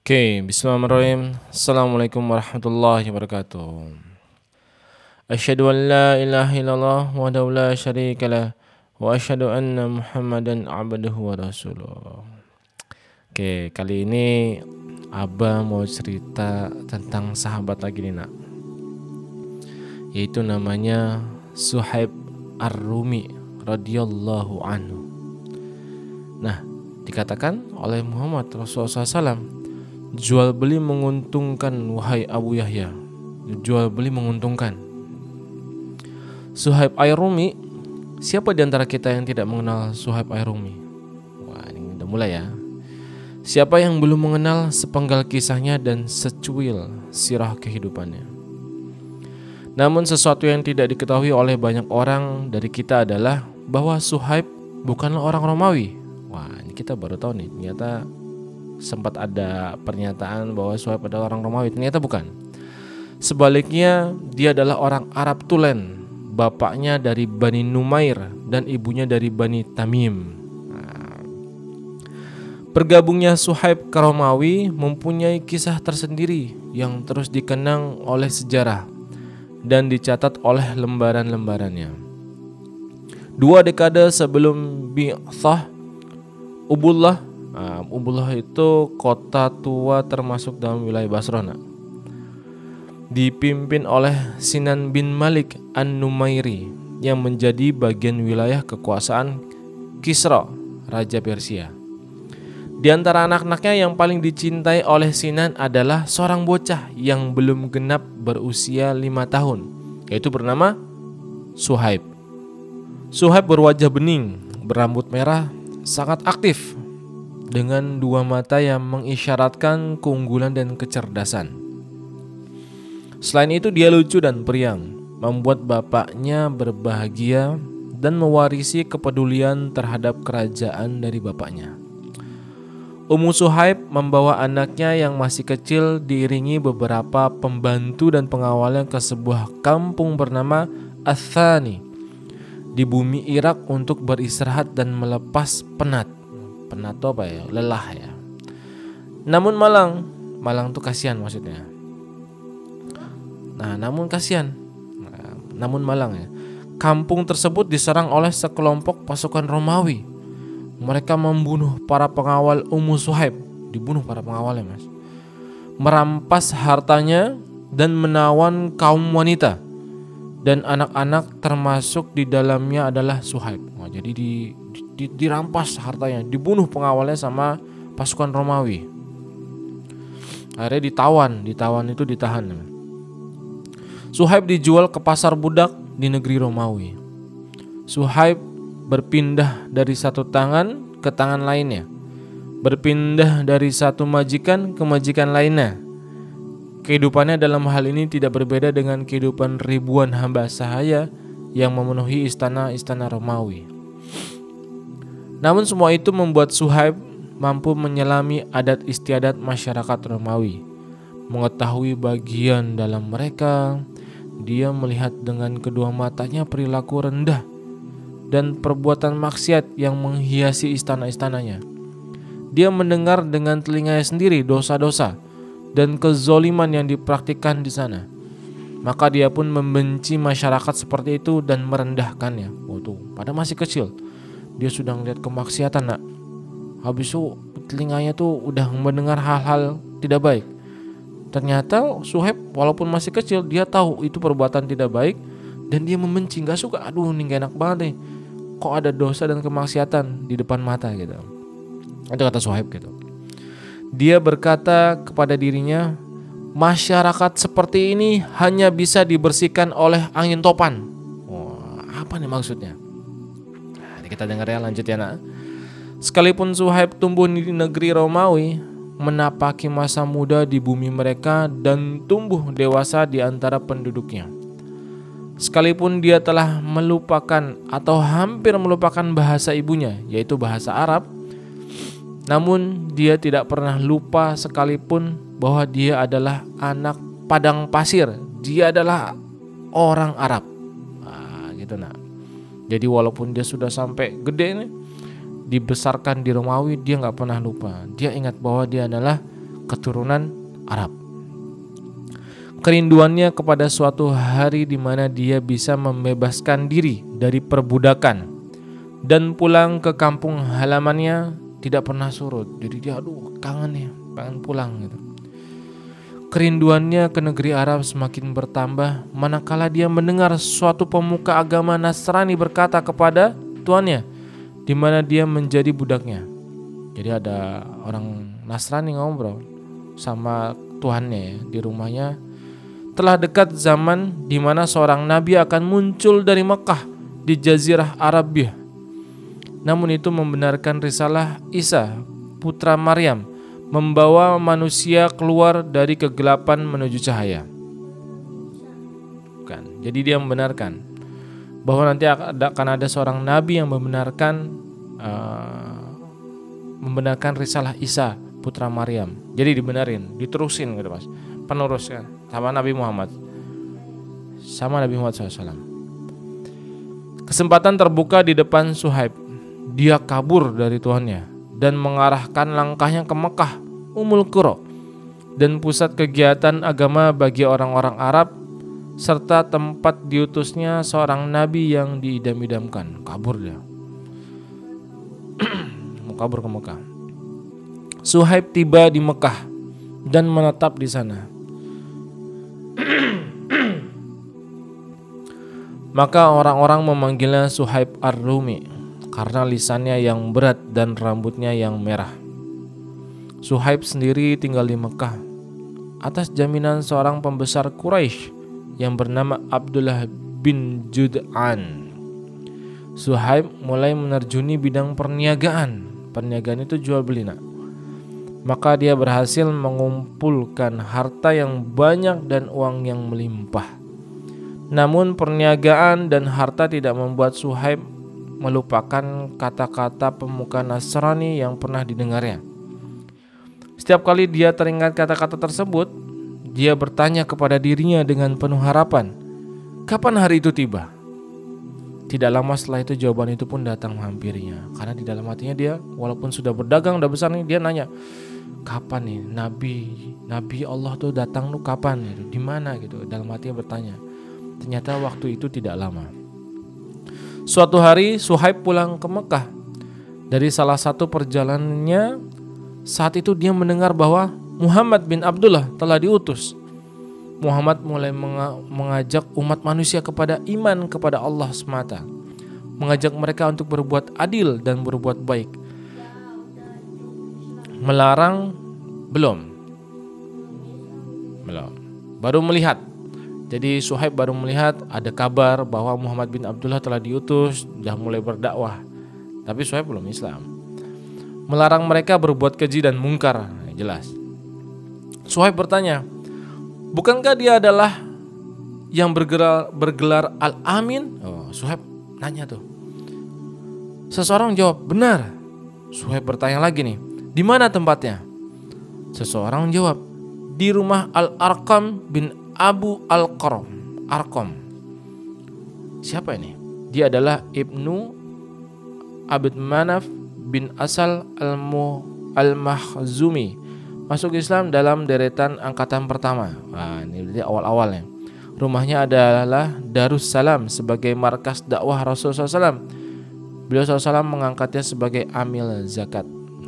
Oke, bismillahirrahmanirrahim. Assalamualaikum warahmatullahi wabarakatuh. Asyhadu an la ilaha illallah wahdahu la syarikalah wa asyhadu anna Muhammadan abduhu wa rasuluh. Oke, kali ini Abah mau cerita tentang sahabat lagi nih, Nak. Yaitu namanya Suhaib Ar-Rumi radhiyallahu anhu. Nah, dikatakan oleh Muhammad Rasulullah SAW, jual beli menguntungkan wahai Abu Yahya. Jual beli menguntungkan. Suhaib Ar-Rumi, siapa di antara kita yang tidak mengenal Suhaib Ar-Rumi? Wah, ini udah mulai ya. Siapa yang belum mengenal sepenggal kisahnya dan secuil sirah kehidupannya? Namun sesuatu yang tidak diketahui oleh banyak orang dari kita adalah bahwa Suhaib bukanlah orang Romawi. Wah, ini kita baru tahu nih, ternyata sempat ada pernyataan bahwa Suhaib adalah orang Romawi, ternyata bukan. Sebaliknya, dia adalah orang Arab Tulen. Bapaknya dari Bani Numair dan ibunya dari Bani Tamim. Bergabungnya Suhaib ke Romawi mempunyai kisah tersendiri yang terus dikenang oleh sejarah dan dicatat oleh lembaran-lembarannya. 2 dekade sebelum Bi'tsah Ubullah itu kota tua termasuk dalam wilayah Basrah, dipimpin oleh Sinan bin Malik An-Numairi yang menjadi bagian wilayah kekuasaan Kisra, Raja Persia. Di antara anak-anaknya yang paling dicintai oleh Sinan adalah seorang bocah yang belum genap berusia 5 tahun, yaitu bernama Suhaib. Suhaib berwajah bening, berambut merah, sangat aktif, dengan 2 mata yang mengisyaratkan keunggulan dan kecerdasan. Selain itu dia lucu dan periang, membuat bapaknya berbahagia dan mewarisi kepedulian terhadap kerajaan dari bapaknya. Ummu Suhaib membawa anaknya yang masih kecil diiringi beberapa pembantu dan pengawalnya ke sebuah kampung bernama Athani di bumi Irak untuk beristirahat dan melepas penat. Penat itu apa ya? Lelah ya. Namun Malang tuh kasihan maksudnya. Namun Malang ya. Kampung tersebut diserang oleh sekelompok pasukan Romawi. Mereka membunuh para pengawal Ummu Suhaib. Dibunuh para pengawalnya, Mas. Merampas hartanya dan menawan kaum wanita dan anak-anak, termasuk di dalamnya adalah Suhaib. Nah, jadi dirampas hartanya, dibunuh pengawalnya sama pasukan Romawi. Akhirnya ditahan. Suhaib dijual ke pasar budak di negeri Romawi. Suhaib berpindah dari satu tangan ke tangan lainnya, berpindah dari satu majikan ke majikan lainnya. Kehidupannya dalam hal ini tidak berbeda dengan kehidupan ribuan hamba sahaya yang memenuhi istana-istana Romawi. Namun semua itu membuat Suhaib mampu menyelami adat istiadat masyarakat Romawi. Mengetahui bagian dalam mereka, dia melihat dengan kedua matanya perilaku rendah dan perbuatan maksiat yang menghiasi istana-istananya. Dia mendengar dengan telinganya sendiri dosa-dosa dan kezoliman yang dipraktikkan di sana. Maka dia pun membenci masyarakat seperti itu dan merendahkannya. Pada masih kecil dia sudah melihat kemaksiatan, Nak. Habis itu telinganya tuh udah mendengar hal-hal tidak baik. Ternyata Suhaib walaupun masih kecil, dia tahu itu perbuatan tidak baik dan dia membenci, gak suka. Ini gak enak banget nih, kok ada dosa dan kemaksiatan di depan mata gitu. Itu kata Suhaib gitu. Dia berkata kepada dirinya, masyarakat seperti ini hanya bisa dibersihkan oleh angin topan. Apa nih maksudnya? Kita dengar ya, lanjut ya, Nak. Sekalipun Suhaib tumbuh di negeri Romawi, menapaki masa muda di bumi mereka dan tumbuh dewasa di antara penduduknya. Sekalipun dia telah melupakan atau hampir melupakan bahasa ibunya, yaitu bahasa Arab, namun dia tidak pernah lupa sekalipun bahwa dia adalah anak padang pasir. Dia adalah orang Arab. Gitu, Nak. Jadi walaupun dia sudah sampai gede nih, dibesarkan di Romawi, dia gak pernah lupa. Dia ingat bahwa dia adalah keturunan Arab. Kerinduannya kepada suatu hari di mana dia bisa membebaskan diri dari perbudakan dan pulang ke kampung halamannya tidak pernah surut. Jadi dia kangen ya, pengen pulang gitu. Kerinduannya ke negeri Arab semakin bertambah manakala dia mendengar suatu pemuka agama Nasrani berkata kepada tuannya di mana dia menjadi budaknya. Jadi ada orang Nasrani ngobrol sama tuannya ya, di rumahnya. Telah dekat zaman di mana seorang nabi akan muncul dari Mekah di Jazirah Arabia. Namun itu membenarkan risalah Isa, putra Maryam, membawa manusia keluar dari kegelapan menuju cahaya. Bukan. Jadi dia membenarkan bahwa nanti akan ada seorang nabi yang membenarkan risalah Isa, putra Maryam. Jadi dibenarin, diterusin gitu Mas. Penerus kan sama Nabi Muhammad SAW. Kesempatan terbuka di depan Suhaib. Dia kabur dari tuannya dan mengarahkan langkahnya ke Mekah, Ummul Qura, dan pusat kegiatan agama bagi orang-orang Arab serta tempat diutusnya seorang nabi yang diidam-idamkan. Kabur dia. Mau kabur ke Mekah. Suhaib tiba di Mekah dan menetap di sana. Maka orang-orang memanggilnya Suhaib Ar-Rumi karena lisannya yang berat dan rambutnya yang merah. Suhaib sendiri tinggal di Mekah atas jaminan seorang pembesar Quraisy yang bernama Abdullah bin Jud'an. Suhaib mulai menerjuni bidang perniagaan. Perniagaan itu jual beli nak. Maka dia berhasil mengumpulkan harta yang banyak dan uang yang melimpah. Namun perniagaan dan harta tidak membuat Suhaib melupakan kata-kata pemuka Nasrani yang pernah didengarnya. Setiap kali dia teringat kata-kata tersebut, dia bertanya kepada dirinya dengan penuh harapan, kapan hari itu tiba? Tidak lama setelah itu jawaban itu pun datang menghampirinya. Karena di dalam hatinya dia walaupun sudah berdagang, udah besar nih, dia nanya, kapan nih Nabi Allah tuh datang tuh kapan gitu, di mana gitu. Dalam hatinya bertanya. Ternyata waktu itu tidak lama. Suatu hari Suhaib pulang ke Mekah. Dari salah satu perjalanannya, saat itu dia mendengar bahwa Muhammad bin Abdullah telah diutus. Muhammad mulai mengajak umat manusia kepada iman kepada Allah semata, mengajak mereka untuk berbuat adil dan berbuat baik. Melarang belum, baru melihat. Jadi Suhaib baru melihat ada kabar bahwa Muhammad bin Abdullah telah diutus, sudah mulai berdakwah. Tapi Suhaib belum Islam. Melarang mereka berbuat keji dan mungkar, jelas. Suhaib bertanya, bukankah dia adalah yang bergelar Al-Amin? Suhaib nanya tuh. Seseorang jawab, benar. Suhaib bertanya lagi nih, di mana tempatnya? Seseorang jawab, di rumah Al-Arqam bin Abu Arqam. Siapa ini? Dia adalah Ibnu Abd Manaf bin Asal Al-Makhzumi. Masuk Islam dalam deretan angkatan pertama. Nah, ini berarti awal-awalnya. Rumahnya adalah Darussalam sebagai markas dakwah Rasulullah SAW. Beliau SAW mengangkatnya sebagai amil zakat.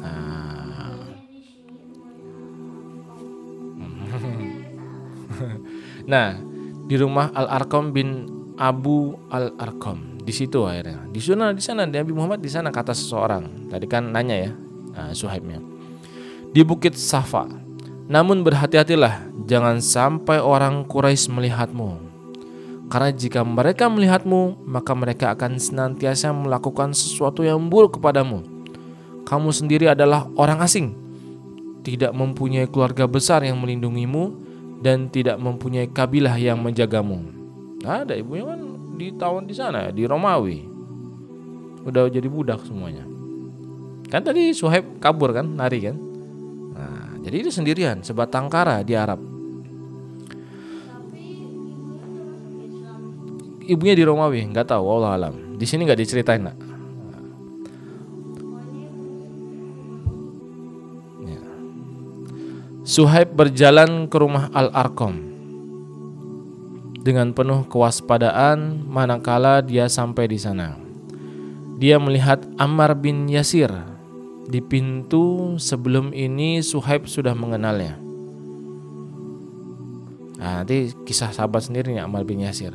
Nah, di rumah Al-Arqam bin Abu Al-Arqam. Di situ akhirnya. Di sana Nabi Muhammad di sana kata seseorang. Tadi kan nanya ya, Suhaibnya. Di Bukit Safa. Namun berhati-hatilah, jangan sampai orang Quraisy melihatmu. Karena jika mereka melihatmu, maka mereka akan senantiasa melakukan sesuatu yang buruk kepadamu. Kamu sendiri adalah orang asing, tidak mempunyai keluarga besar yang melindungimu, dan tidak mempunyai kabilah yang menjagamu. Ada ibunya kan ditawan di sana, di Romawi. Udah jadi budak semuanya. Kan tadi Suhaib kabur kan, lari kan. Nah, jadi dia sendirian, sebatang kara di Arab. Ibunya di Romawi, nggak tahu, wallahu alam. Di sini nggak diceritain nak. Suhaib berjalan ke rumah Al-Arqam dengan penuh kewaspadaan. Manakala dia sampai di sana, dia melihat Ammar bin Yasir di pintu. Sebelum ini Suhaib sudah mengenalnya. Nah, nanti kisah sahabat sendiri nih, Ammar bin Yasir.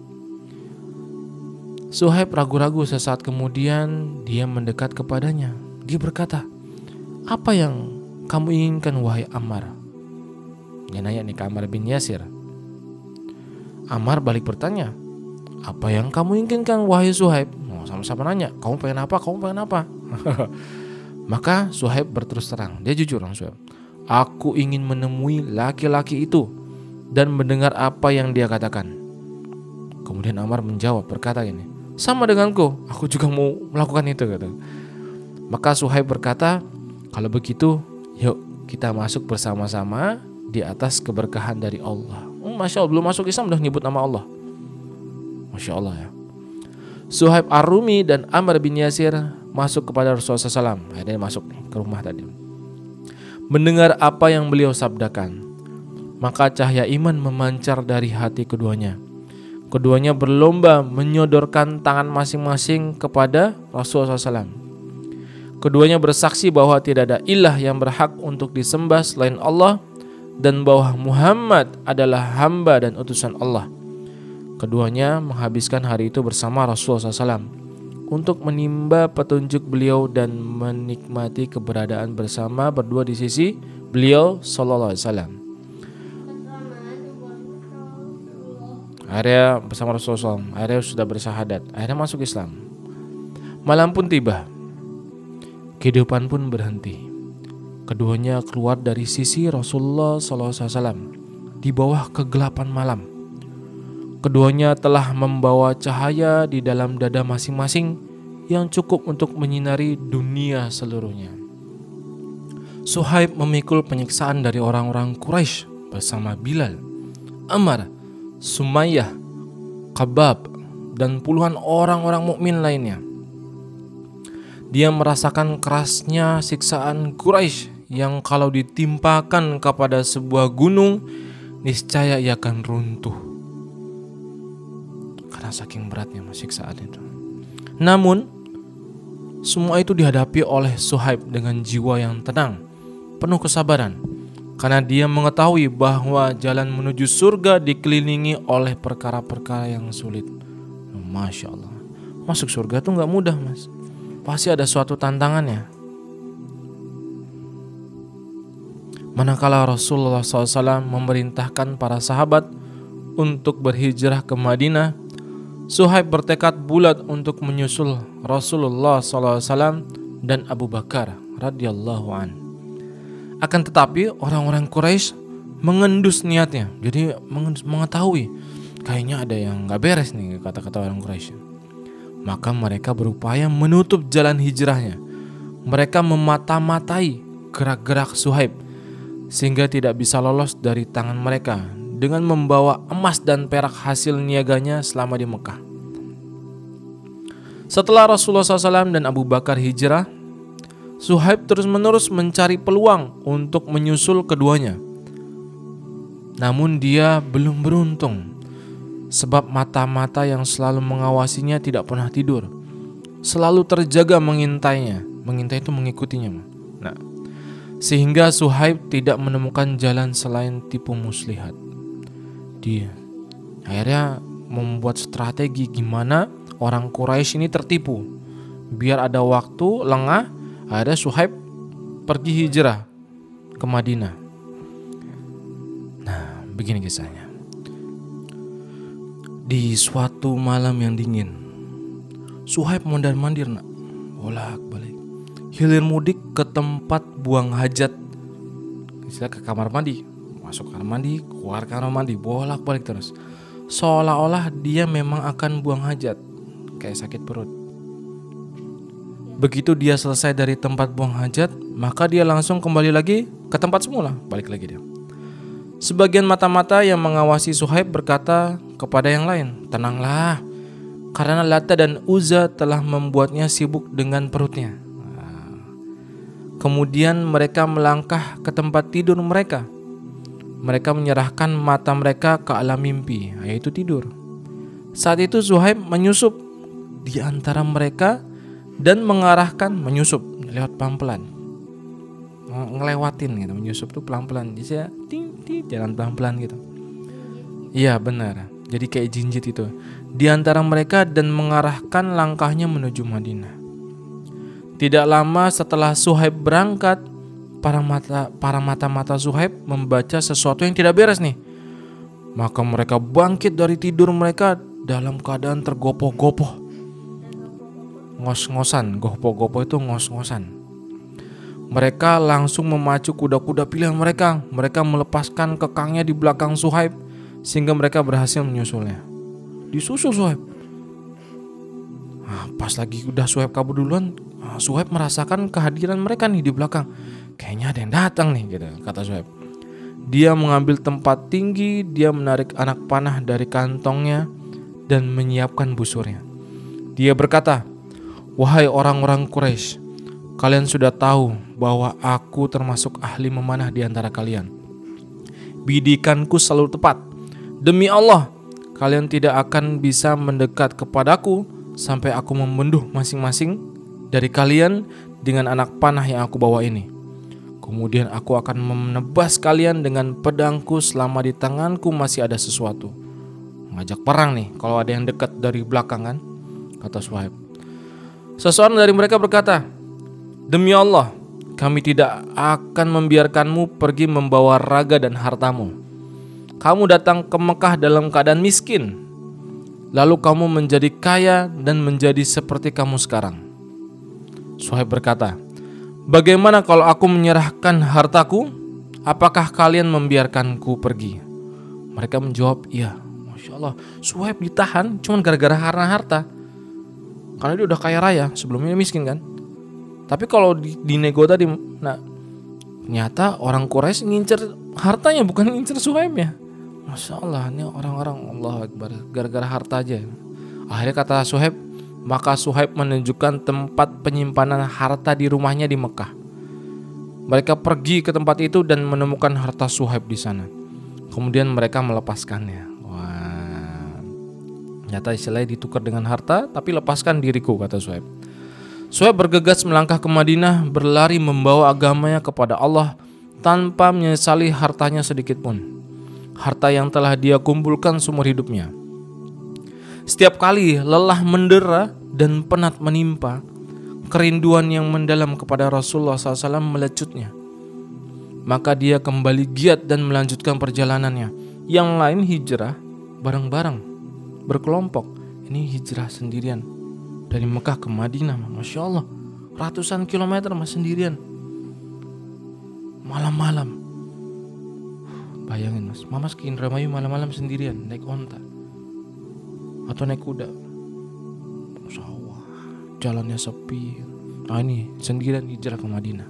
Suhaib ragu-ragu. Sesaat kemudian dia mendekat kepadanya. Dia berkata, "Apa yang kamu inginkan wahai Ammar?" Dia nanya nih ke Ammar bin Yasir. Ammar balik bertanya, "Apa yang kamu inginkan wahai Suhaib?" Oh, sama-sama nanya, "Kamu pengen apa? Kamu pengen apa?" Maka Suhaib berterus terang. Dia jujur Suhaib. "Aku ingin menemui laki-laki itu dan mendengar apa yang dia katakan." Kemudian Ammar menjawab berkata gini, "Sama denganku, aku juga mau melakukan itu," kata. Maka Suhaib berkata, "Kalau begitu, yuk kita masuk bersama-sama di atas keberkahan dari Allah." Masya Allah, belum masuk Islam udah nyebut nama Allah. Masya Allah ya. Suhaib Ar-Rumi dan Ammar bin Yasir masuk kepada Rasulullah SAW. Akhirnya masuk nih ke rumah tadi. Mendengar apa yang beliau sabdakan, maka cahaya iman memancar dari hati keduanya. Keduanya berlomba menyodorkan tangan masing-masing kepada Rasulullah SAW. Keduanya bersaksi bahwa tidak ada ilah yang berhak untuk disembah selain Allah, dan bahwa Muhammad adalah hamba dan utusan Allah. Keduanya menghabiskan hari itu bersama Rasulullah SAW untuk menimba petunjuk beliau dan menikmati keberadaan bersama berdua di sisi beliau Sallallahu Alaihi Wasallam. Akhirnya bersama Rasulullah SAW, akhirnya sudah bersyahadat, akhirnya masuk Islam. Malam pun tiba, kehidupan pun berhenti. Keduanya keluar dari sisi Rasulullah SAW di bawah kegelapan malam. Keduanya telah membawa cahaya di dalam dada masing-masing yang cukup untuk menyinari dunia seluruhnya. Suhaib memikul penyiksaan dari orang-orang Quraisy bersama Bilal, Ammar, Sumayyah, Khabbab, dan puluhan orang-orang mukmin lainnya. Dia merasakan kerasnya siksaan Quraisy yang kalau ditimpakan kepada sebuah gunung, niscaya ia akan runtuh karena saking beratnya siksaan itu. Namun semua itu dihadapi oleh Suhaib dengan jiwa yang tenang, penuh kesabaran, karena dia mengetahui bahwa jalan menuju surga dikelilingi oleh perkara-perkara yang sulit. Masya Allah, masuk surga tuh gak mudah mas. Pasti ada suatu tantangannya. Manakala Rasulullah SAW memerintahkan para sahabat untuk berhijrah ke Madinah, Suhaib bertekad bulat untuk menyusul Rasulullah SAW dan Abu Bakar radhiyallahu an. Akan tetapi orang-orang Quraisy mengendus niatnya. Jadi mengetahui kayaknya ada yang gak beres nih, kata-kata orang Quraisy. Maka mereka berupaya menutup jalan hijrahnya. Mereka memata-matai gerak-gerak Suhaib sehingga tidak bisa lolos dari tangan mereka dengan membawa emas dan perak hasil niaganya selama di Mekah. Setelah Rasulullah SAW dan Abu Bakar hijrah, Suhaib terus-menerus mencari peluang untuk menyusul keduanya. Namun dia belum beruntung, sebab mata-mata yang selalu mengawasinya tidak pernah tidur, selalu terjaga mengintainya. Mengintai itu mengikutinya. Nah, sehingga Suhaib tidak menemukan jalan selain tipu muslihat. Dia akhirnya membuat strategi gimana orang Quraisy ini tertipu. Biar ada waktu lengah, akhirnya Suhaib pergi hijrah ke Madinah. Nah, begini kisahnya. Di suatu malam yang dingin, Suhaib mondar-mandir nak, bolak-balik, hilir mudik ke tempat buang hajat. Istilah ke kamar mandi, masuk kamar mandi, keluar kamar mandi, bolak-balik terus. Seolah-olah dia memang akan buang hajat, kayak sakit perut. Begitu dia selesai dari tempat buang hajat, maka dia langsung kembali lagi ke tempat semula, balik lagi dia. Sebagian mata-mata yang mengawasi Suhaib berkata kepada yang lain, "Tenanglah, karena Lata dan Uzza telah membuatnya sibuk dengan perutnya." Kemudian mereka melangkah ke tempat tidur mereka. Mereka menyerahkan mata mereka ke alam mimpi, yaitu tidur. Saat itu Suhaib menyusup di antara mereka dan mengarahkan, menyusup lewat pelan-pelan, ngelewatin gitu. Menyusup tuh pelan-pelan, jadi jalan pelan-pelan gitu. Iya benar, jadi kayak jinjit itu di antara mereka dan mengarahkan langkahnya menuju Madinah. Tidak lama setelah Suhaib berangkat, para mata Suhaib membaca sesuatu yang tidak beres nih. Maka mereka bangkit dari tidur mereka dalam keadaan tergopoh-gopoh. Ngos-ngosan, gopoh-gopoh itu ngos-ngosan. Mereka langsung memacu kuda-kuda pilihan mereka. Mereka melepaskan kekangnya di belakang Suhaib sehingga mereka berhasil menyusulnya. Disusul Suhaib. Pas lagi udah Suhaib kabur duluan, Suhaib merasakan kehadiran mereka nih di belakang. Kayaknya ada yang datang nih gitu, kata Suhaib. Dia mengambil tempat tinggi, dia menarik anak panah dari kantongnya dan menyiapkan busurnya. Dia berkata, "Wahai orang-orang Quraisy, kalian sudah tahu bahwa aku termasuk ahli memanah di antara kalian. Bidikanku selalu tepat. Demi Allah, kalian tidak akan bisa mendekat kepadaku sampai aku membunuh masing-masing dari kalian dengan anak panah yang aku bawa ini. Kemudian aku akan menebas kalian dengan pedangku selama di tanganku masih ada sesuatu." Ngajak perang nih kalau ada yang dekat dari belakang kan, kata Suhaib. Seseorang dari mereka berkata, "Demi Allah, kami tidak akan membiarkanmu pergi membawa raga dan hartamu. Kamu datang ke Mekah dalam keadaan miskin, lalu kamu menjadi kaya dan menjadi seperti kamu sekarang." Suhaib berkata, "Bagaimana kalau aku menyerahkan hartaku? Apakah kalian membiarkanku pergi?" Mereka menjawab, "Iya." Masya Allah, Suhaib ditahan cuma gara-gara karena harta. Karena dia udah kaya raya, sebelumnya miskin kan. Tapi kalau di nego tadi, nah ternyata orang Quraisy ngincer hartanya, bukan ngincer Suhaibnya. Masya Allah, ini orang-orang Allah Akbar, gara-gara harta aja. Akhirnya kata Suhaib, maka Suhaib menunjukkan tempat penyimpanan harta di rumahnya di Mekah. Mereka pergi ke tempat itu dan menemukan harta Suhaib di sana. Kemudian mereka melepaskannya. Wah, ternyata istilahnya ditukar dengan harta, tapi lepaskan diriku, kata Suhaib. Suhaib bergegas melangkah ke Madinah, berlari membawa agamanya kepada Allah tanpa menyesali hartanya sedikit pun. Harta yang telah dia kumpulkan seumur hidupnya. Setiap kali lelah mendera dan penat menimpa, kerinduan yang mendalam kepada Rasulullah SAW melecutnya. Maka dia kembali giat dan melanjutkan perjalanannya. Yang lain hijrah bareng-bareng, berkelompok. Ini hijrah sendirian dari Mekah ke Madinah, Masya Allah, ratusan kilometer mas sendirian. Malam-malam, bayangin mas, Mamas ke Indramayu malam-malam sendirian, naik onta atau naik kuda. Sawah, jalannya sepi. Nah ini sendirian hijrah ke Madinah.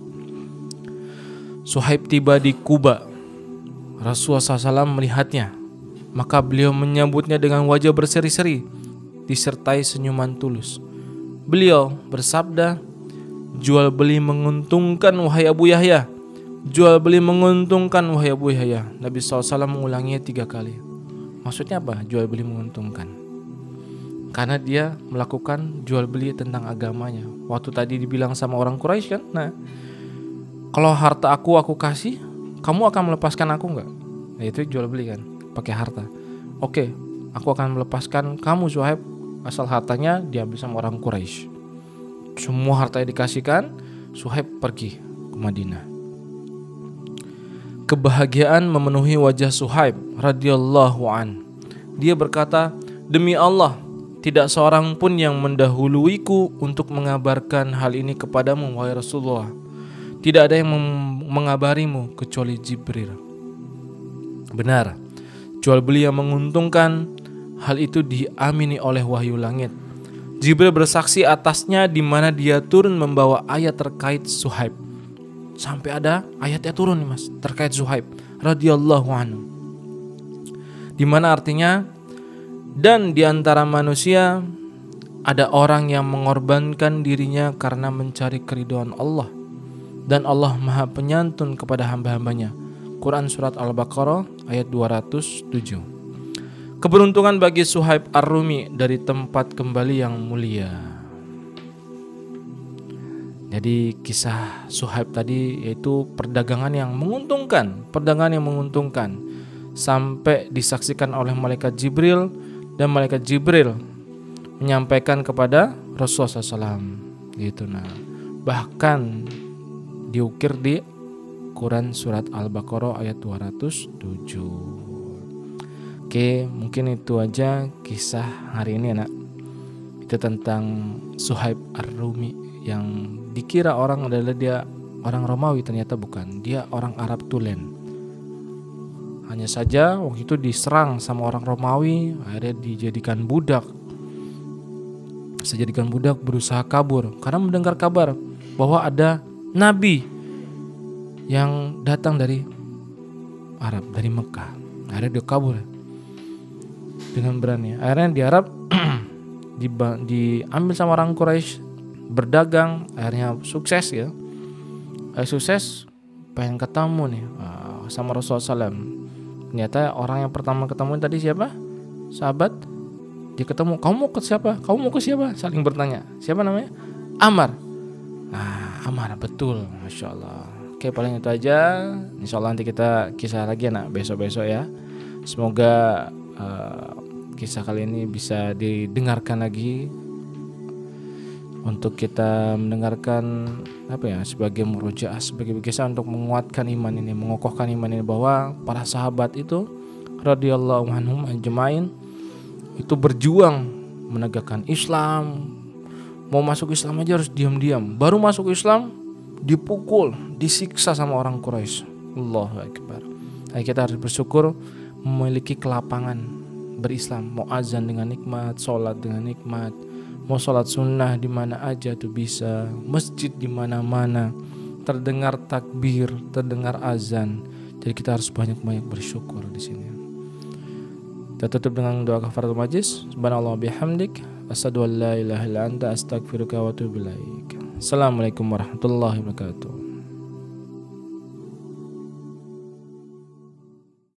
Suhaib tiba di Quba. Rasulullah SAW melihatnya, maka beliau menyambutnya dengan wajah berseri-seri disertai senyuman tulus. Beliau bersabda, "Jual beli menguntungkan wahai Abu Yahya. Jual beli menguntungkan wahai Abu Yahya." Nabi SAW mengulanginya 3 kali. Maksudnya apa? Jual beli menguntungkan. Karena dia melakukan jual beli tentang agamanya. Waktu tadi dibilang sama orang Quraisy kan, nah kalau harta aku kasih, kamu akan melepaskan aku enggak? Nah itu jual beli kan, pakai harta. Oke, aku akan melepaskan kamu Suhaib, asal hartanya diambil sama orang Quraisy. Semua hartanya dikasihkan, Suhaib pergi ke Madinah. Kebahagiaan memenuhi wajah Suhaib radhiyallahu an. Dia berkata, "Demi Allah, tidak seorang pun yang mendahuluiku untuk mengabarkan hal ini kepadamu wahai Rasulullah. Tidak ada yang mengabarimu kecuali Jibril." Benar, jual beli yang menguntungkan, hal itu diamini oleh wahyu langit. Jibril bersaksi atasnya di mana dia turun membawa ayat terkait Suhaib. Sampai ada ayatnya turun nih mas, terkait Suhaib radhiyallahu anhu. Di mana artinya, dan di antara manusia ada orang yang mengorbankan dirinya karena mencari keridhaan Allah. dan Allah Maha Penyantun kepada hamba-hambanya. Quran Surat Al-Baqarah ayat 207. Keberuntungan bagi Suhaib Ar-Rumi dari tempat kembali yang mulia. Jadi kisah Suhaib tadi yaitu perdagangan yang menguntungkan, sampai disaksikan oleh malaikat Jibril, dan malaikat Jibril menyampaikan kepada Rasulullah SAW gitu. Nah, bahkan diukir di Quran Surat Al-Baqarah ayat 207. Oke, mungkin itu aja kisah hari ini anak. Itu tentang Suhaib Ar-Rumi yang dikira orang adalah dia orang Romawi, ternyata bukan. Dia orang Arab tulen. Hanya saja waktu itu diserang sama orang Romawi, akhirnya dijadikan budak. Berusaha kabur karena mendengar kabar bahwa ada nabi yang datang dari Arab, dari Mekah. Akhirnya dia kabur dengan berani. Akhirnya di Arab diambil sama orang Quraisy, berdagang, akhirnya sukses ya. Sukses, pengen ketemu nih sama Rasulullah SAW. Ternyata orang yang pertama ketemu tadi siapa? Sahabat. Dia ketemu, kamu mau ke siapa? Saling bertanya. Siapa namanya? Ammar. Nah, Ammar, betul, Masya Allah. Oke, paling itu aja. Insya Allah nanti kita kisah lagi anak besok-besok ya. Semoga kisah kali ini bisa didengarkan lagi, untuk kita mendengarkan sebagai murojaah, sebagai kisah untuk menguatkan iman ini, mengokohkan iman ini, bahwa para sahabat itu radhiyallahu anhum ajmain itu berjuang menegakkan Islam. Mau masuk Islam aja harus diam-diam, baru masuk Islam dipukul, disiksa sama orang Quraisy. Allahu Akbar. Nah, kita harus bersyukur memiliki kelapangan berislam, mau azan dengan nikmat, sholat dengan nikmat, mau sholat sunnah di mana aja tuh bisa, masjid di mana-mana, terdengar takbir, terdengar azan. Jadi kita harus banyak-banyak bersyukur di sini. Kita tutup dengan doa kafaratul majlis. Subhanallah bihamdik, asyhadu an la ilaha illa anta, astaghfiruka wa atubu ilaik. Assalamualaikum warahmatullahi wabarakatuh.